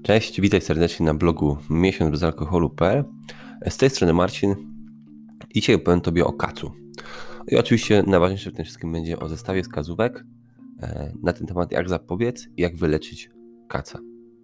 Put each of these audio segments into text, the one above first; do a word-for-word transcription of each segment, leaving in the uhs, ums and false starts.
Cześć, witaj serdecznie na blogu miesiąc bez alkoholu kropka pe el. Z tej strony Marcin i dzisiaj powiem Tobie o kacu. I oczywiście najważniejsze w tym wszystkim będzie o zestawie wskazówek na ten temat, jak zapobiec i jak wyleczyć kaca.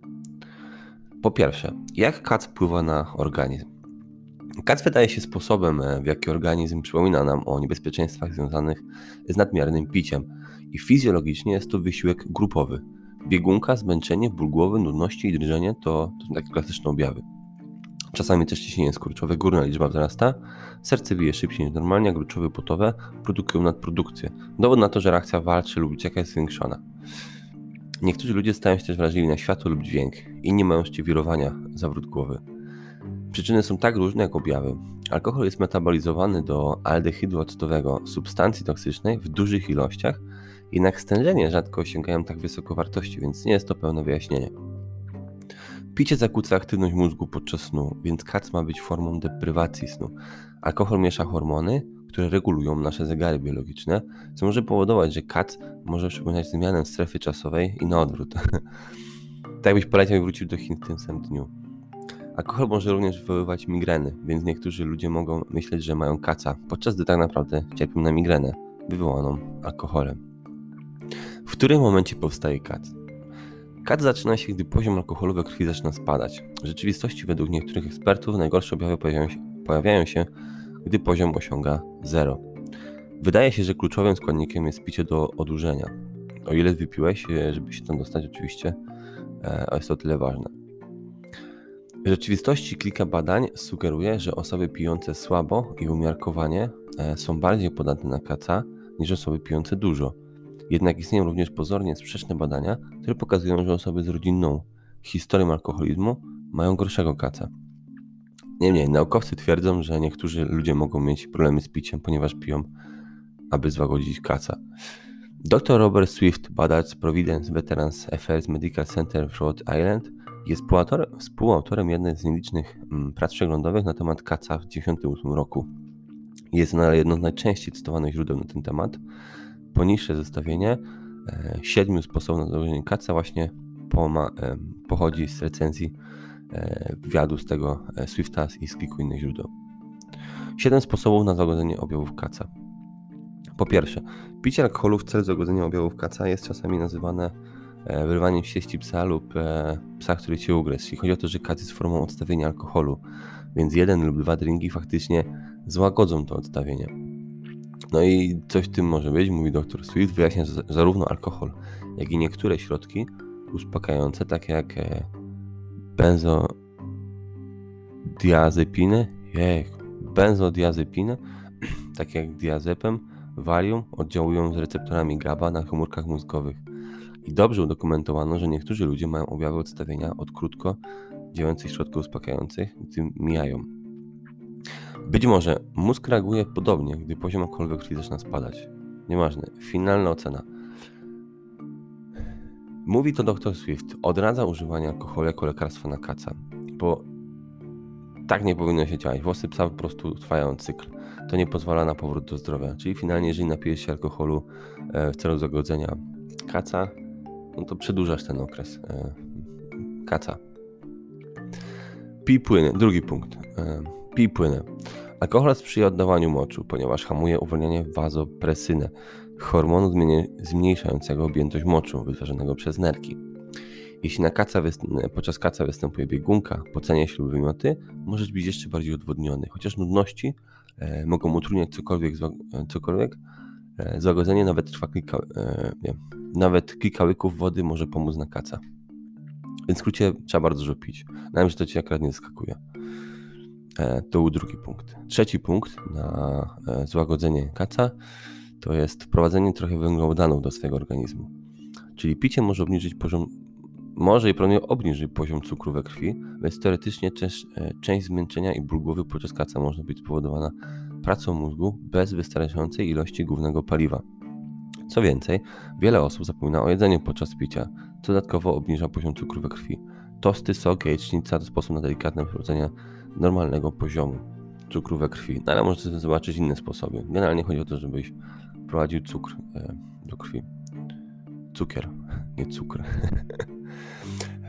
Po pierwsze, jak kac wpływa na organizm? Kac wydaje się sposobem, w jaki organizm przypomina nam o niebezpieczeństwach związanych z nadmiernym piciem i fizjologicznie jest to wysiłek grupowy. Biegunka, zmęczenie, ból głowy, nudności i drżenie to, to są takie klasyczne objawy. Czasami też ciśnienie skurczowe, górna liczba wzrasta, serce bije szybciej niż normalnie, a gruczoły potowe produkują nadprodukcję. Dowód na to, że reakcja walczy lub ucieka jest zwiększona. Niektórzy ludzie stają się też wrażliwi na światło lub dźwięk, inni mają jeszcze wirowania, zawrót głowy. Przyczyny są tak różne jak objawy. Alkohol jest metabolizowany do aldehydu octowego, substancji toksycznej w dużych ilościach, jednak stężenie rzadko osiągają tak wysokie wartości, więc nie jest to pełne wyjaśnienie. Picie zakłóca aktywność mózgu podczas snu, więc kac ma być formą deprywacji snu. Alkohol miesza hormony, które regulują nasze zegary biologiczne, co może powodować, że kac może przypominać zmianę strefy czasowej i na odwrót. Tak jakbyś poleciał i wrócił do Chin w tym samym dniu. Alkohol może również wywoływać migreny, więc niektórzy ludzie mogą myśleć, że mają kaca, podczas gdy tak naprawdę cierpią na migrenę wywołaną alkoholem. W którym momencie powstaje kac? Kac zaczyna się, gdy poziom alkoholu we krwi zaczyna spadać. W rzeczywistości według niektórych ekspertów najgorsze objawy pojawiają się, pojawiają się, gdy poziom osiąga zero. Wydaje się, że kluczowym składnikiem jest picie do odurzenia. O ile wypiłeś, żeby się tam dostać oczywiście, a jest to tyle ważne. W rzeczywistości kilka badań sugeruje, że osoby pijące słabo i umiarkowanie są bardziej podatne na kaca niż osoby pijące dużo. Jednak istnieją również pozornie sprzeczne badania, które pokazują, że osoby z rodzinną historią alkoholizmu mają gorszego kaca. Niemniej naukowcy twierdzą, że niektórzy ludzie mogą mieć problemy z piciem, ponieważ piją, aby złagodzić kaca. doktor Robert Swift, badacz z Providence Veterans Affairs Medical Center w Rhode Island, jest współautorem, współautorem jednej z nielicznych mm, prac przeglądowych na temat kaca w tysiąc dziewięćset dziewięćdziesiątym ósmym roku. Jest ona jedno z najczęściej cytowanych źródeł na ten temat. Poniższe zestawienie e, siedmiu sposobów na założenie kaca właśnie poma, e, pochodzi z recenzji e, wywiadu z tego e, Swifta i z kilku innych źródeł. Siedem sposobów na zagodzenie objawów kaca. Po pierwsze, picie alkoholu w celu zagodzenia objawów kaca jest czasami nazywane e, wyrwaniem ścieści psa lub e, psa, który cię ugryzł. Jeśli chodzi o to, że kac jest formą odstawienia alkoholu, więc jeden lub dwa drinki faktycznie złagodzą to odstawienie. No i coś w tym może być, mówi doktor Swift, wyjaśnia, że zarówno alkohol, jak i niektóre środki uspokajające, takie jak benzodiazepiny, jej, benzodiazepiny, takie jak diazepam, Valium, oddziałują z receptorami GABA na komórkach mózgowych. I dobrze udokumentowano, że niektórzy ludzie mają objawy odstawienia od krótko działających środków uspokajających, gdy mijają. Być może mózg reaguje podobnie, gdy poziom alkoholu we krwi zaczyna spadać. Nieważne. Finalna ocena. Mówi to doktor Swift. Odradza używania alkoholu jako lekarstwa na kaca, bo tak nie powinno się działać. Włosy psa po prostu trwają cykl. To nie pozwala na powrót do zdrowia. Czyli finalnie, jeżeli napijesz się alkoholu w celu zagodzenia kaca, no to przedłużasz ten okres kaca. Pij płyny. Drugi punkt. Pij płyny. Alkohol sprzyja oddawaniu moczu, ponieważ hamuje uwalnianie wazopresynę, hormonu zmniejszającego objętość moczu wytwarzanego przez nerki. Jeśli na kaca wyst- podczas kaca występuje biegunka, pocenie się lub wymioty, możesz być jeszcze bardziej odwodniony, chociaż nudności e, mogą utrudniać cokolwiek, zła- cokolwiek e, złagodzenie nawet trwa kilka, e, nie, nawet kilka łyków wody może pomóc na kaca. Więc w skrócie trzeba bardzo dużo pić, nawet że to cię akurat nie zaskakuje. To był drugi punkt. Trzeci punkt na złagodzenie kaca to jest wprowadzenie trochę węglowodanów do swojego organizmu. Czyli picie może obniżyć poziom, może i prawdopodobnie obniżyć poziom cukru we krwi, więc teoretycznie część, część zmęczenia i ból głowy podczas kaca może być spowodowana pracą mózgu bez wystarczającej ilości głównego paliwa. Co więcej, wiele osób zapomina o jedzeniu podczas picia, co dodatkowo obniża poziom cukru we krwi. Tosty, sok, jajecznica to sposób na delikatne wprowadzenie normalnego poziomu cukru we krwi, no, ale możecie zobaczyć inne sposoby. Generalnie chodzi o to, żebyś prowadził cukr e, do krwi. Cukier, nie cukr.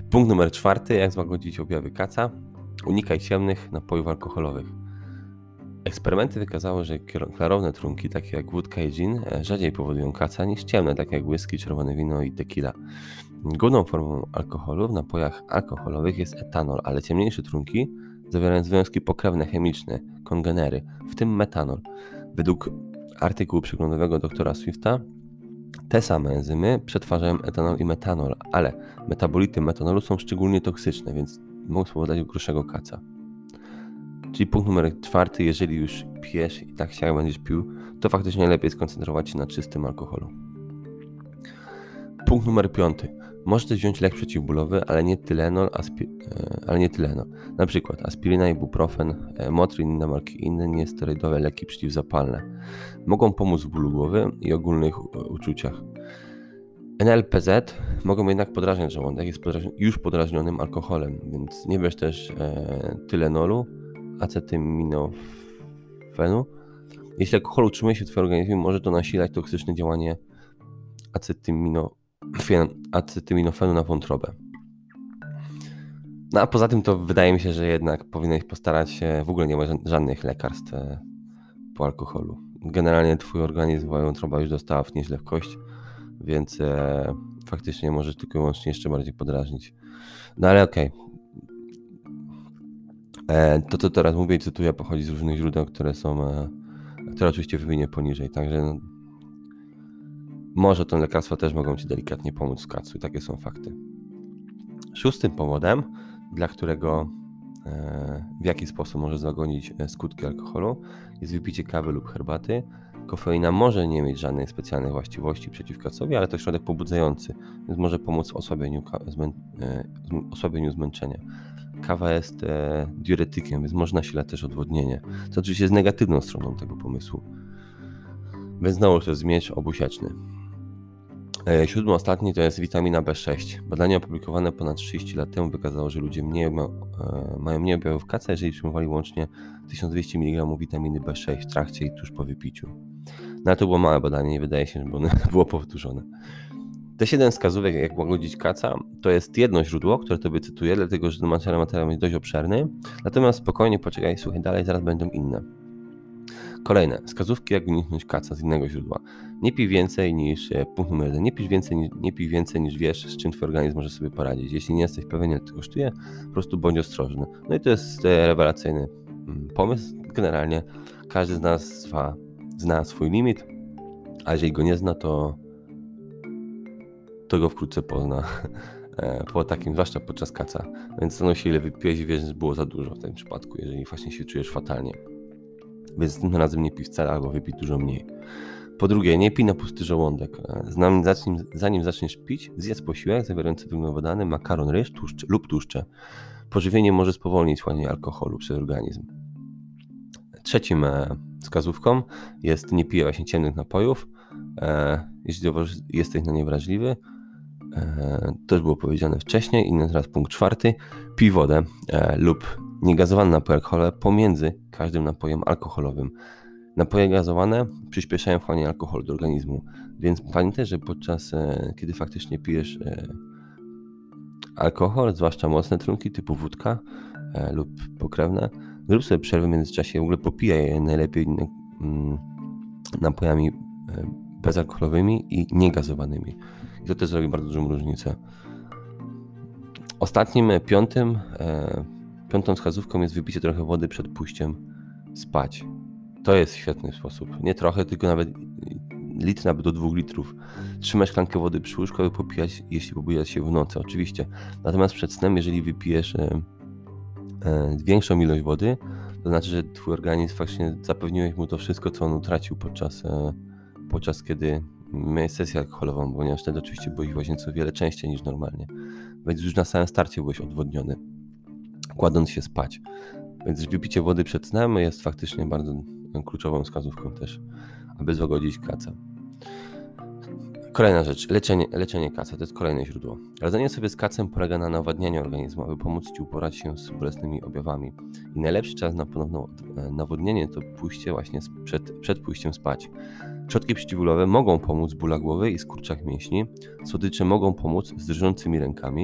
Punkt numer czwarty, jak złagodzić objawy kaca. Unikaj ciemnych napojów alkoholowych. Eksperymenty wykazały, że klarowne trunki, takie jak wódka i gin, rzadziej powodują kaca niż ciemne, takie jak whisky, czerwone wino i tequila. Główną formą alkoholu w napojach alkoholowych jest etanol, ale ciemniejsze trunki zawierają związki pokrewne chemiczne, kongenery, w tym metanol. Według artykułu przeglądowego doktora Swifta te same enzymy przetwarzają etanol i metanol, ale metabolity metanolu są szczególnie toksyczne, więc mogą spowodować gorszego kaca. Czyli punkt numer czwarty, jeżeli już pijesz i tak się będziesz pił, to faktycznie lepiej skoncentrować się na czystym alkoholu. Punkt numer piąty. Możesz wziąć lek przeciwbólowy, ale nie Tylenol, aspi- ale nie Tylenol. Na przykład aspiryna, ibuprofen, Motrin i inne marki inne niesterydowe leki przeciwzapalne. Mogą pomóc w bólu głowy i ogólnych uczuciach. N L P Z mogą jednak podrażniać żołądek, jest podrażni- już podrażnionym alkoholem, więc nie bierz też e, Tylenolu, acetyminofenu. Jeśli alkohol utrzymuje się w twoim organizmie, może to nasilać toksyczne działanie acetymino, acetyminofenu na wątrobę. No a poza tym to wydaje mi się, że jednak powinieneś postarać się, w ogóle nie ma żadnych lekarstw po alkoholu. Generalnie twój organizm, twoja wątroba już dostała w nieźle w kość, więc e, faktycznie możesz tylko i wyłącznie jeszcze bardziej podrażnić. No ale okej. Okay. To, co teraz mówię i cytuję, pochodzi z różnych źródeł, które są, które oczywiście wymienię poniżej, także no, może to lekarstwa też mogą Ci delikatnie pomóc w kacu i takie są fakty. Szóstym powodem, dla którego w jaki sposób może złagodzić skutki alkoholu, jest wypicie kawy lub herbaty. Kofeina może nie mieć żadnej specjalnej właściwości przeciwkacowi, ale to środek pobudzający, więc może pomóc w osłabieniu, zmę, osłabieniu zmęczenia. Kawa jest e, diuretykiem, więc może nasilać też odwodnienie, co oczywiście jest negatywną stroną tego pomysłu. Więc znowu to jest miecz obusieczny. E, siódmy, ostatni to jest witamina B sześć. Badanie opublikowane ponad trzydzieści lat temu wykazało, że ludzie mniej, ma, e, mają mniej objawów kaca, jeżeli przyjmowali łącznie tysiąc dwieście miligramów witaminy B sześć w trakcie i tuż po wypiciu. No ale to było małe badanie, nie wydaje się, żeby ono było powtórzone. Te siedem wskazówek, jak łagodzić kaca, to jest jedno źródło, które Tobie cytuję, dlatego że materiał, materiał jest dość obszerny. Natomiast spokojnie poczekaj, słuchaj dalej, zaraz będą inne. Kolejne, wskazówki, jak uniknąć kaca z innego źródła. Nie pij więcej niż, punkt numer jeden, nie pij więcej, nie pij więcej niż wiesz, z czym Twój organizm może sobie poradzić. Jeśli nie jesteś pewien, ile to kosztuje, po prostu bądź ostrożny. No i to jest rewelacyjny pomysł. Generalnie każdy z nas zna, zna swój limit, a jeżeli go nie zna, to to go wkrótce pozna po takim, zwłaszcza podczas kaca. Więc zastanów się, ile wypiłeś i wiesz, że było za dużo w tym przypadku, jeżeli właśnie się czujesz fatalnie. Więc tym razem nie pij wcale albo wypij dużo mniej. Po drugie, nie pij na pusty żołądek. Zanim, zanim zaczniesz pić, zjedz posiłek zawierający węglowodany, makaron, ryż tłuszcze, lub tłuszcze. Pożywienie może spowolnić chłanianie alkoholu przez organizm. Trzecim wskazówką jest nie pij właśnie ciemnych napojów. Jeśli jesteś na nie wrażliwy, to już było powiedziane wcześniej. I teraz punkt czwarty. Pij wodę lub niegazowane napoje alkoholowe pomiędzy każdym napojem alkoholowym. Napoje gazowane przyspieszają wchłanianie alkoholu do organizmu, więc pamiętaj, że podczas kiedy faktycznie pijesz alkohol, zwłaszcza mocne trunki typu wódka lub pokrewne, zrób sobie przerwę w międzyczasie, w ogóle popijaj je najlepiej napojami bezalkoholowymi i niegazowanymi. I to też zrobi bardzo dużą różnicę. Ostatnim, piątym, e, piątą wskazówką jest wypicie trochę wody przed pójściem spać. To jest świetny sposób. Nie trochę, tylko nawet litr, nawet do dwóch litrów. Trzymaj szklankę wody przy łóżku, aby popijać, jeśli pobudzisz się w nocy, oczywiście. Natomiast przed snem, jeżeli wypijesz e, e, większą ilość wody, to znaczy, że twój organizm faktycznie zapewniłeś mu to wszystko, co on utracił podczas, e, podczas kiedy miałeś sesję alkoholową, ponieważ wtedy oczywiście byłeś w łazience o wiele częściej niż normalnie. Więc już na samym starcie byłeś odwodniony, kładąc się spać. Więc wypicie wody przed snem jest faktycznie bardzo kluczową wskazówką też, aby złagodzić kaca. Kolejna rzecz, leczenie, leczenie kaca, to jest kolejne źródło. Radzenie sobie z kacem polega na nawadnianiu organizmu, aby pomóc Ci uporać się z bolesnymi objawami. I najlepszy czas na ponowne nawodnienie to pójście właśnie przed, przed pójściem spać. Środki przeciwbólowe mogą pomóc w bólach głowy i skurczach mięśni. Słodycze mogą pomóc z drżącymi rękami.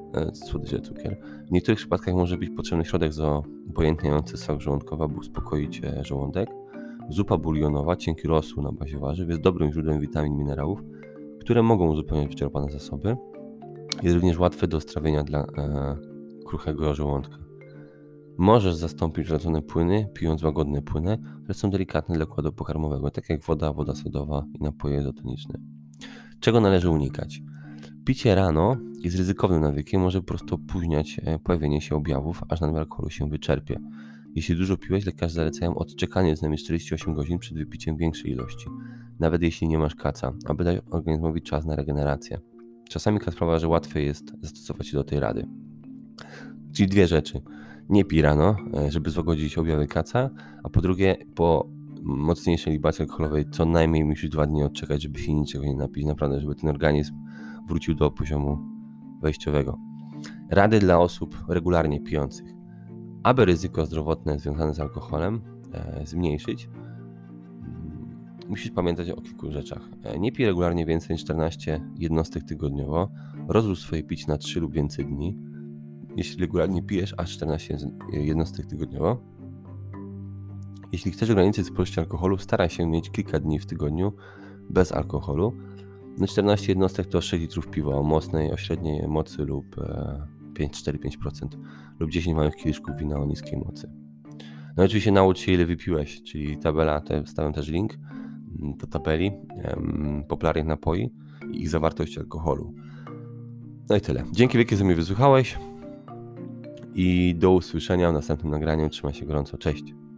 słodycze, cukier. W niektórych przypadkach może być potrzebny środek zobojętniający sok żołądkowy, aby uspokoić żołądek. Zupa bulionowa, cienki rosół na bazie warzyw jest dobrym źródłem witamin i minerałów, które mogą uzupełniać wyczerpane zasoby. Jest również łatwy do strawienia dla e, kruchego żołądka. Możesz zastąpić żelazone płyny, pijąc łagodne płyny, które są delikatne dla układu pokarmowego, tak jak woda, woda sodowa i napoje izotoniczne. Czego należy unikać? Picie rano jest ryzykownym nawykiem, może po prostu opóźniać pojawienie się objawów, aż nadmiar alkoholu się wyczerpie. Jeśli dużo piłeś, lekarze zalecają odczekanie z najmniej czterdzieści osiem godzin przed wypiciem większej ilości, nawet jeśli nie masz kaca, aby dać organizmowi czas na regenerację. Czasami kac sprawia, że łatwiej jest zastosować się do tej rady. Czyli dwie rzeczy. Nie pij rano, żeby złagodzić objawy kaca, a po drugie, po mocniejszej libacji alkoholowej co najmniej musisz dwa dni odczekać, żeby się niczego nie napić, naprawdę, żeby ten organizm wrócił do poziomu wejściowego. Rady dla osób regularnie pijących. Aby ryzyko zdrowotne związane z alkoholem e, zmniejszyć, musisz pamiętać o kilku rzeczach. E, nie pij regularnie więcej niż czternaście jednostek tygodniowo. Rozłóż swoje picie na trzy lub więcej dni. Jeśli regularnie pijesz aż czternaście jednostek tygodniowo. Jeśli chcesz ograniczyć spożycie alkoholu, staraj się mieć kilka dni w tygodniu bez alkoholu. No czternaście jednostek to sześć litrów piwa o mocnej, o średniej mocy lub pięć cztery pięć procent lub dziesięć małych kieliszków wina o niskiej mocy. No i oczywiście naucz się, ile wypiłeś, czyli tabela, te, wstawiam też link do tabeli um, popularnych napoi i ich zawartości alkoholu. No i tyle. Dzięki wielkie, że mnie wysłuchałeś i do usłyszenia w następnym nagraniu. Trzymaj się gorąco. Cześć.